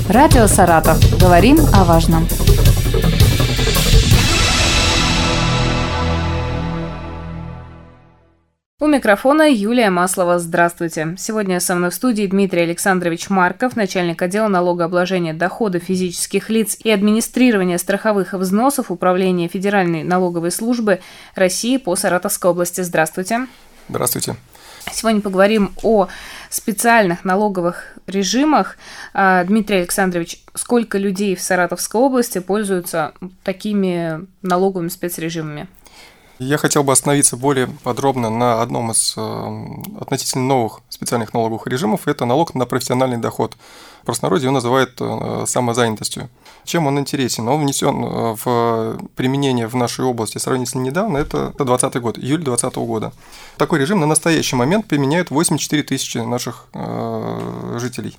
Радио «Саратов». Говорим о важном. У микрофона Юлия Маслова. Здравствуйте. Сегодня со мной в студии Дмитрий Александрович Марков, начальник отдела налогообложения дохода физических лиц и администрирования страховых взносов Управления Федеральной налоговой службы России по Саратовской области. Здравствуйте. Здравствуйте. Сегодня поговорим о специальных налоговых режимах. Дмитрий Александрович, сколько людей в Саратовской области пользуются такими налоговыми спецрежимами? Я хотел бы остановиться более подробно на одном из относительно новых специальных налоговых режимов. Это налог на профессиональный доход. В простонародье его называют самозанятостью. Чем он интересен? Он внесен в применение в нашей области сравнительно недавно, это 2020 год, июль 2020 года. Такой режим на настоящий момент применяют 84 тысячи наших жителей.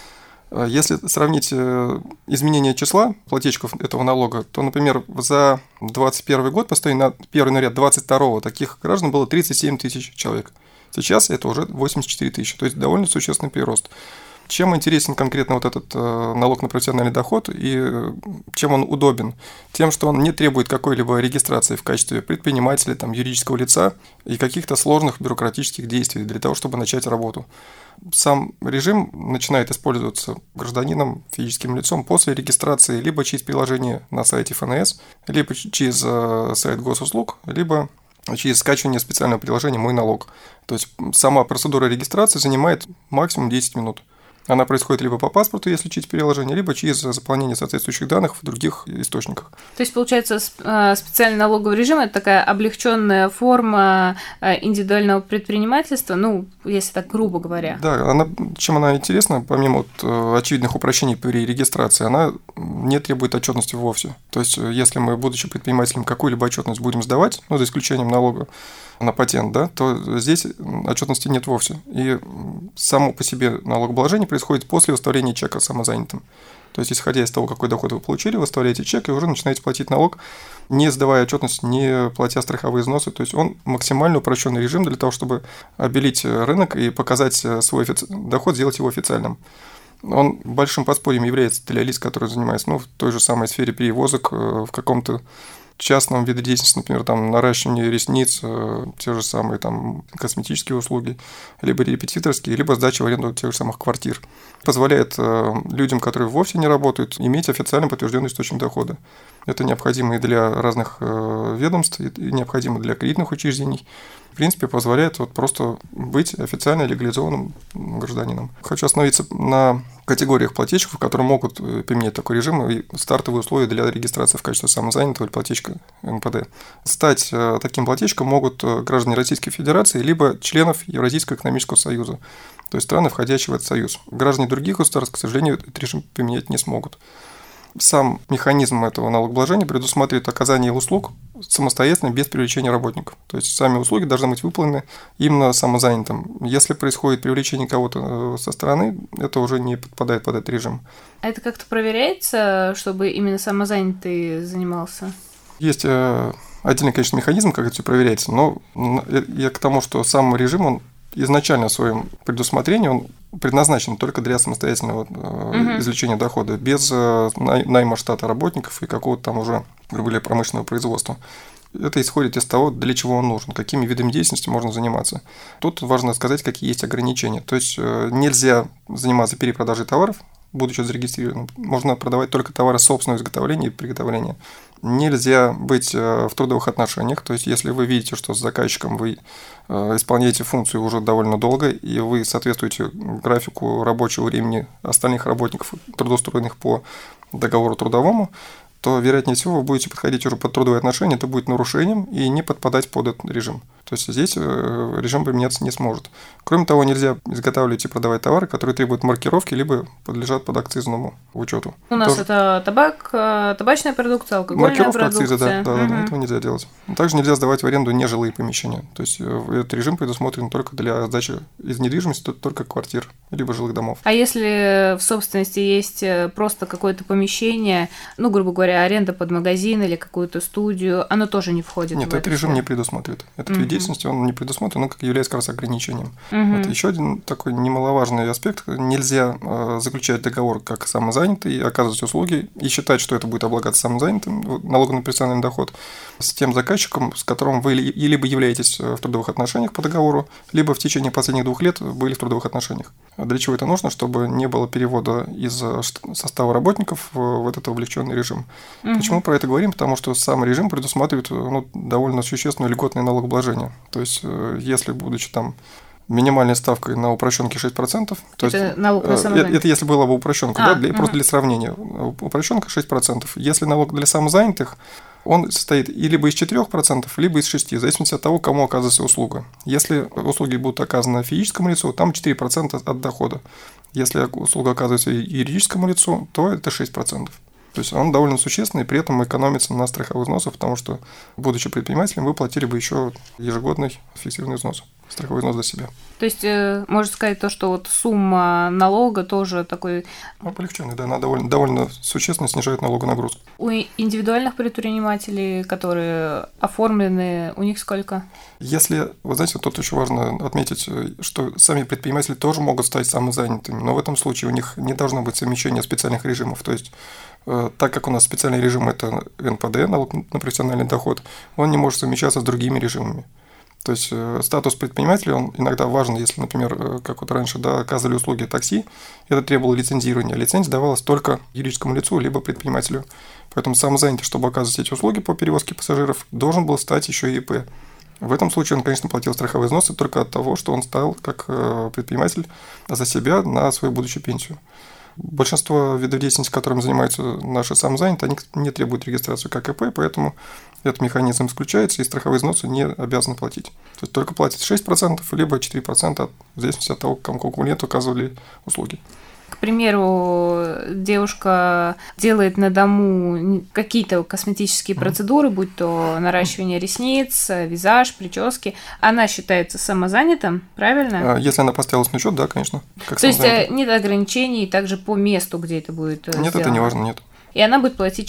Если сравнить изменение числа плательщиков этого налога, то, например, за 2021 год по состоянию на 1 января 2022 таких граждан было 37 тысяч человек. Сейчас это уже 84 тысячи, то есть довольно существенный прирост. Чем интересен конкретно вот этот налог на профессиональный доход и чем он удобен? Тем, что он не требует какой-либо регистрации в качестве предпринимателя, там, юридического лица и каких-то сложных бюрократических действий для того, чтобы начать работу. Сам режим начинает использоваться гражданином, физическим лицом после регистрации либо через приложение на сайте ФНС, либо через сайт госуслуг, либо через скачивание специального приложения «Мой налог». То есть сама процедура регистрации занимает максимум 10 минут. Она происходит либо по паспорту, если через приложение, либо через заполнение соответствующих данных в других источниках. То есть, получается, специальный налоговый режим – это такая облегченная форма индивидуального предпринимательства, ну, если так грубо говоря. Да, чем она интересна, помимо очевидных упрощений при регистрации, она не требует отчетности вовсе. То есть, если мы, будучи предпринимателем, какую-либо отчетность будем сдавать, ну, за исключением налога на патент, да, то здесь отчетности нет вовсе. И само по себе налогообложение происходит после выставления чека самозанятым. То есть, исходя из того, какой доход вы получили, выставляете чек и уже начинаете платить налог, не сдавая отчетность, не платя страховые взносы. То есть, он максимально упрощенный режим для того, чтобы обелить рынок и показать свой доход, сделать его официальным. Он большим подспорьем является для лиц, которые занимаются в той же самой сфере перевозок, в каком-то частном виде деятельности, например, там наращивание ресниц, те же самые там косметические услуги, либо репетиторские, либо сдача в аренду тех же самых квартир. Позволяет людям, которые вовсе не работают, иметь официально подтвержденный источник дохода. Это необходимо и для разных ведомств, и необходимо для кредитных учреждений. В принципе, позволяет просто быть официально легализованным гражданином. Хочу остановиться на категориях плательщиков, которые могут применять такой режим и стартовые условия для регистрации в качестве самозанятого или плательщика НПД. Стать таким плательщиком могут граждане Российской Федерации либо членов Евразийского экономического союза, то есть страны, входящие в этот союз. Граждане других государств, к сожалению, этот режим применять не смогут. Сам механизм этого налогообложения предусматривает оказание услуг самостоятельно, без привлечения работников. То есть сами услуги должны быть выполнены именно самозанятым. Если происходит привлечение кого-то со стороны, это уже не подпадает под этот режим. А это как-то проверяется, чтобы именно самозанятый занимался? Есть отдельный, конечно, механизм, как это все проверяется, но я к тому, что сам режим, он изначально в своем предусмотрении он предназначен только для самостоятельного извлечения дохода, без найма штата работников и какого-то там уже, грубо говоря, промышленного производства. Это исходит из того, для чего он нужен, какими видами деятельности можно заниматься. Тут важно сказать, какие есть ограничения. То есть нельзя заниматься перепродажей товаров, будучи зарегистрированным. Можно продавать только товары собственного изготовления и приготовления. Нельзя быть в трудовых отношениях, то есть если вы видите, что с заказчиком вы исполняете функцию уже довольно долго, и вы соответствуете графику рабочего времени остальных работников, трудоустроенных по договору трудовому, то, вероятнее всего, вы будете подходить уже под трудовые отношения, это будет нарушением и не подпадать под этот режим. То есть здесь режим применяться не сможет. Кроме того, нельзя изготавливать и продавать товары, которые требуют маркировки, либо подлежат под акцизному учету. У нас это табак, табачная продукция, алкогольная продукция. Акцизы, да, этого нельзя делать. Также нельзя сдавать в аренду нежилые помещения. То есть этот режим предусмотрен только для сдачи из недвижимости, только квартир, либо жилых домов. А если в собственности есть просто какое-то помещение, грубо говоря, говоря, аренда под магазин или какую-то студию, оно тоже не входит Нет, в этот режим не предусматривает. Этот вид деятельности, он не предусмотрен, он как является как раз ограничением. Вот еще один такой немаловажный аспект. Нельзя заключать договор как самозанятый, оказывать услуги и считать, что это будет облагаться самозанятым, налогом на персональный доход, с тем заказчиком, с которым вы либо являетесь в трудовых отношениях по договору, либо в течение последних 2 лет были в трудовых отношениях. Для чего это нужно? Чтобы не было перевода из состава работников в этот облегченный режим. Почему про это говорим? Потому что сам режим предусматривает довольно существенное льготное налогообложение. То есть, если, будучи там минимальной ставкой на упрощенке 6%, то это есть, налог на самозанятых. Это если была бы упрощенка, просто для сравнения. Упрощенка 6%. Если налог для самозанятых, он состоит либо из 4%, либо из 6%, в зависимости от того, кому оказывается услуга. Если услуги будут оказаны физическому лицу, там 4% от дохода. Если услуга оказывается юридическому лицу, то это 6%. То есть он довольно существенный, и при этом экономится на страховых взносах, потому что, будучи предпринимателем, вы платили бы еще ежегодный фиксированный взнос, страховой взнос за себя. То есть, можно сказать, то, что вот сумма налога тоже такой… Облегченный, да, она довольно существенно снижает налогонагрузку. У индивидуальных предпринимателей, которые оформлены, у них сколько? Если, вы знаете, тут очень важно отметить, что сами предприниматели тоже могут стать самозанятыми, но в этом случае у них не должно быть совмещения специальных режимов. То есть, так как у нас специальный режим – это НПД, налог на профессиональный доход, он не может совмещаться с другими режимами. То есть, статус предпринимателя, он иногда важен, если, например, как вот раньше, оказывали услуги такси, это требовало лицензирования. Лицензия давалась только юридическому лицу, либо предпринимателю. Поэтому самозанятый, чтобы оказывать эти услуги по перевозке пассажиров, должен был стать еще и ИП. В этом случае он, конечно, платил страховые взносы только от того, что он стал как предприниматель за себя на свою будущую пенсию. Большинство видов деятельности, которыми занимаются наши самозанятые, они не требуют регистрации как ИП, поэтому этот механизм исключается, и страховые взносы не обязаны платить. То есть только платят 6%, либо 4%, в зависимости от того, кому клиенту оказывали услуги. К примеру, девушка делает на дому какие-то косметические процедуры, будь то наращивание ресниц, визаж, прически. Она считается самозанятым, правильно? Если она поставилась на учет, да, конечно. То есть нет ограничений также по месту, где это будет Нет, сделано? это не важно, нет. И она будет платить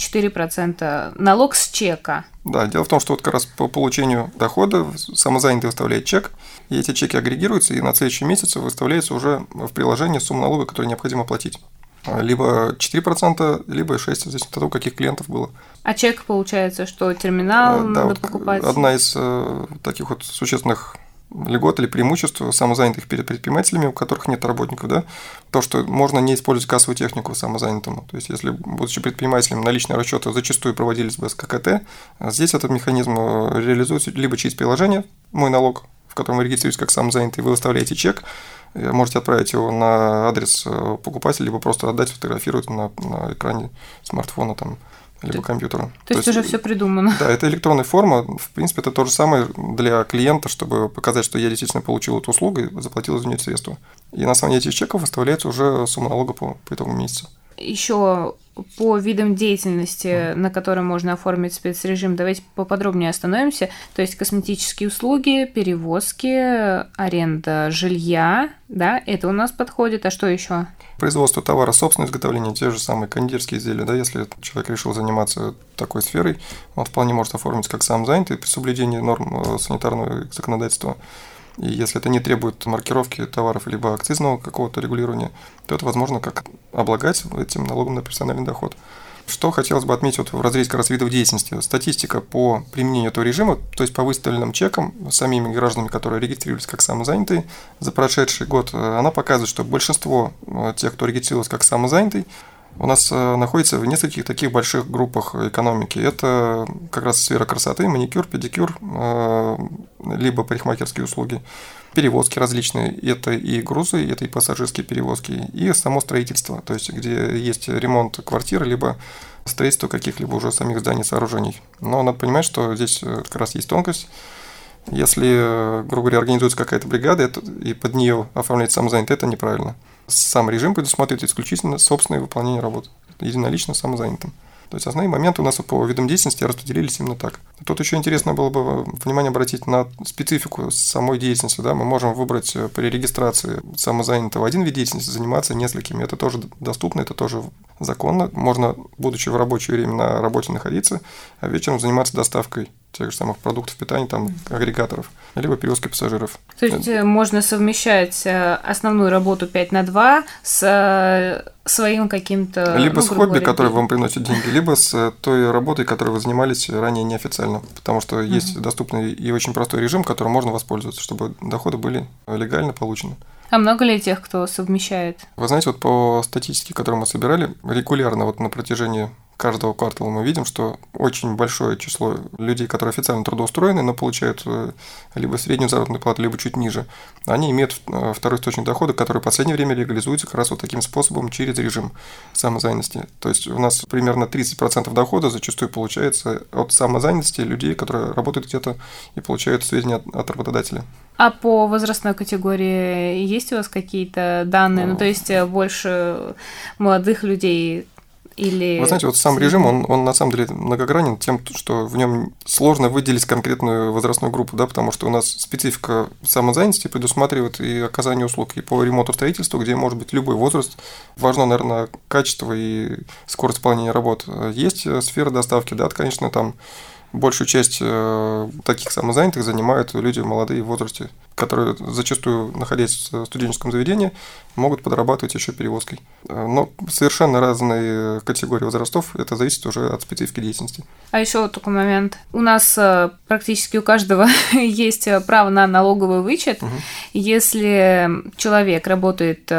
4% налог с чека. Да, дело в том, что вот как раз по получению дохода самозанятый выставляет чек, и эти чеки агрегируются, и на следующий месяц выставляется уже в приложении сумма налога, которую необходимо платить. Либо 4%, либо 6%, зависит от того, каких клиентов было. А чек, получается, что терминал надо покупать? Одна из таких вот существенных льгот или преимуществ самозанятых перед предпринимателями, у которых нет работников, да, то, что можно не использовать кассовую технику самозанятому. То есть, если, будучи предпринимателем, наличные расчеты зачастую проводились без ККТ, здесь этот механизм реализуется либо через приложение «Мой налог», в котором вы регистрируетесь как самозанятый, вы выставляете чек, можете отправить его на адрес покупателя, либо просто отдать, фотографировать на экране смартфона там, либо компьютера. То есть уже все придумано. Да, это электронная форма. В принципе, это то же самое для клиента, чтобы показать, что я действительно получил эту услугу и заплатил за нее средства. И на основании этих чеков выставляется уже сумма налога по итогу месяца. Еще по видам деятельности, на которые можно оформить спецрежим, давайте поподробнее остановимся. То есть косметические услуги, перевозки, аренда жилья, да, это у нас подходит. А что еще? Производство товара, собственное изготовление, те же самые кондитерские изделия, да, если человек решил заниматься такой сферой, он вполне может оформить как самозанятый при соблюдении норм санитарного законодательства. И если это не требует маркировки товаров либо акцизного какого-то регулирования, то это возможно как облагать этим налогом на персональный доход. Что хотелось бы отметить вот в разрезе как раз видов деятельности. Статистика по применению этого режима, то есть по выставленным чекам самими гражданами, которые регистрировались как самозанятые за прошедший год, она показывает, что большинство тех, кто регистрировался как самозанятый, у нас находится в нескольких таких больших группах экономики. Это как раз сфера красоты, маникюр, педикюр, либо парикмахерские услуги, перевозки различные. Это и грузы, это и пассажирские перевозки, и само строительство, то есть где есть ремонт квартиры, либо строительство каких-либо уже самих зданий, сооружений. Но надо понимать, что здесь как раз есть тонкость. Если, грубо говоря, организуется какая-то бригада, и под нее оформляется самозанятый, это неправильно. Сам режим предусматривает исключительно собственное выполнение работы, единолично самозанятым. То есть основные моменты у нас по видам деятельности распределились именно так. Тут еще интересно было бы внимание обратить на специфику самой деятельности. Да? Мы можем выбрать при регистрации самозанятого один вид деятельности, заниматься несколькими. Это тоже доступно, это тоже законно. Можно, будучи в рабочее время на работе находиться, а вечером заниматься доставкой тех же самых продуктов питания, там, агрегаторов, либо перевозкой пассажиров. То есть можно совмещать основную работу 5/2 с своим каким-то... Либо с хобби, которое вам приносит деньги, либо с той работой, которой вы занимались ранее неофициально. Потому что есть доступный и очень простой режим, которым можно воспользоваться, чтобы доходы были легально получены. А много ли тех, кто совмещает? Вы знаете, вот по статистике, которую мы собирали, регулярно вот на протяжении каждого квартала мы видим, что очень большое число людей, которые официально трудоустроены, но получают либо среднюю заработную плату, либо чуть ниже, они имеют второй источник дохода, который в последнее время легализуется как раз вот таким способом через режим самозанятости. То есть у нас примерно 30% дохода зачастую получается от самозанятости людей, которые работают где-то и получают сведения от работодателя. А по возрастной категории есть у вас какие-то данные? Ну, то есть больше молодых людей? Или... Вы знаете, вот сам режим, он на самом деле многогранен тем, что в нем сложно выделить конкретную возрастную группу, да, потому что у нас специфика самозанятости предусматривает и оказание услуг и по ремонту, строительству, где может быть любой возраст. Важно, наверное, качество и скорость выполнения работ. Есть сфера доставки, да, конечно, там большую часть таких самозанятых занимают люди молодые в возрасте, которые зачастую, находясь в студенческом заведении, могут подрабатывать еще перевозкой. Но совершенно разные категории возрастов, это зависит уже от специфики деятельности. А еще вот такой момент. У нас практически у каждого есть право на налоговый вычет. Если человек работает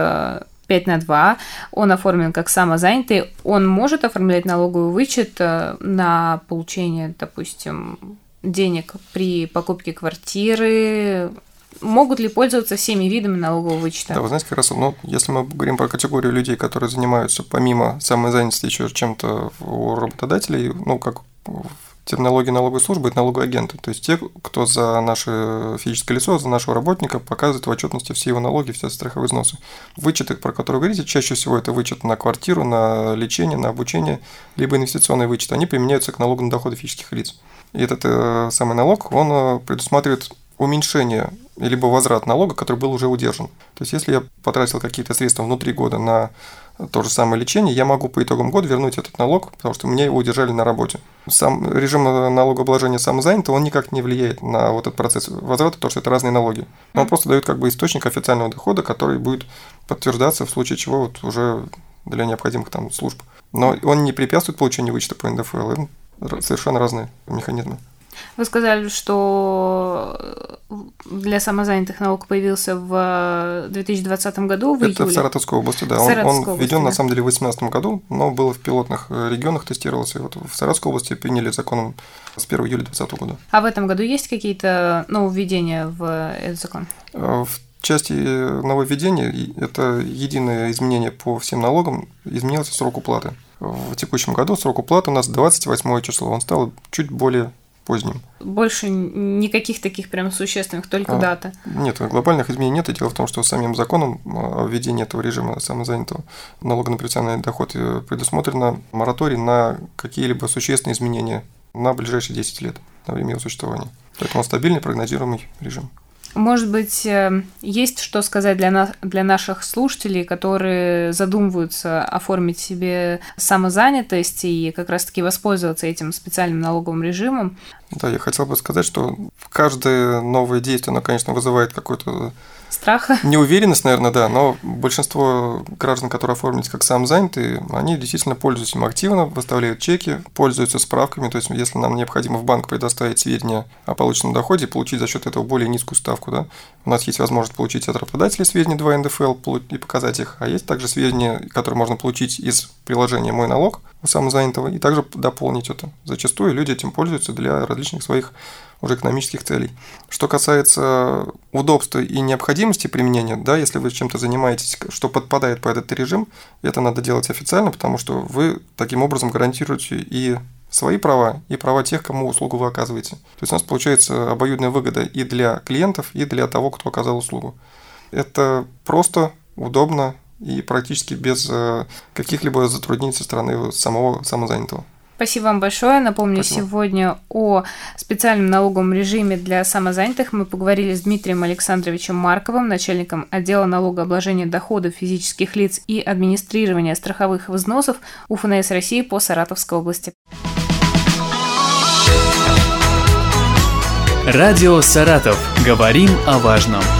5/2, он оформлен как самозанятый, он может оформлять налоговый вычет на получение, допустим, денег при покупке квартиры. Могут ли пользоваться всеми видами налогового вычета? Да, вы знаете, как раз, если мы говорим про категорию людей, которые занимаются помимо самозанятости еще чем-то у работодателей, как в терминологии налоговой службы, это налогоагенты, то есть те, кто за наше физическое лицо, за нашего работника показывает в отчетности все его налоги, все страховые взносы. Вычеты, про которые вы говорите, чаще всего это вычет на квартиру, на лечение, на обучение, либо инвестиционные вычеты, они применяются к налогу на доходы физических лиц. И этот самый налог, он предусматривает уменьшение либо возврат налога, который был уже удержан. То есть, если я потратил какие-то средства внутри года на то же самое лечение, я могу по итогам года вернуть этот налог, потому что меня его удержали на работе. Сам режим налогообложения самозанятого, он никак не влияет на вот этот процесс возврата, потому что это разные налоги. Он просто дает как бы источник официального дохода, который будет подтверждаться в случае чего вот уже для необходимых там служб. Но он не препятствует получению вычета по НДФЛ. Это совершенно разные механизмы. Вы сказали, что для самозанятых налог появился в 2020 году, в июле. Это в Саратовской области, да. Он введен на самом деле в 2018 году, но было в пилотных регионах, тестировался. И вот в Саратовской области приняли законом с 1 июля 2020 года. А в этом году есть какие-то нововведения в этот закон? В части нововведений это единое изменение по всем налогам, изменился срок уплаты. В текущем году срок уплаты у нас 28 число, он стал чуть более поздним. Больше никаких таких прям существенных, только дата. Нет, глобальных изменений нет. И дело в том, что самим законом о введении этого режима самозанятого налога на профессиональный доход предусмотрено мораторий на какие-либо существенные изменения на ближайшие 10 лет на время его существования. Поэтому стабильный, прогнозируемый режим. Может быть, есть что сказать для наших слушателей, которые задумываются оформить себе самозанятость и как раз-таки воспользоваться этим специальным налоговым режимом? Да, я хотел бы сказать, что каждое новое действие, оно, конечно, вызывает какой-то страх. Неуверенность, наверное, да, но большинство граждан, которые оформились как самозанятые, они действительно пользуются им активно, выставляют чеки, пользуются справками, то есть если нам необходимо в банк предоставить сведения о полученном доходе и получить за счет этого более низкую ставку, да, у нас есть возможность получить от работодателей сведения 2 НДФЛ и показать их, а есть также сведения, которые можно получить из приложения «Мой налог» у самозанятого и также дополнить это. Зачастую люди этим пользуются для различных своих уже экономических целей. Что касается удобства и необходимости применения, да, если вы чем-то занимаетесь, что подпадает под этот режим, это надо делать официально, потому что вы таким образом гарантируете и свои права, и права тех, кому услугу вы оказываете. То есть у нас получается обоюдная выгода и для клиентов, и для того, кто оказал услугу. Это просто, удобно и практически без каких-либо затруднений со стороны самого самозанятого. Спасибо вам большое. Напомню, сегодня о специальном налоговом режиме для самозанятых мы поговорили с Дмитрием Александровичем Марковым, начальником отдела налогообложения доходов физических лиц и администрирования страховых взносов УФНС России по Саратовской области. Радио «Саратов». Говорим о важном.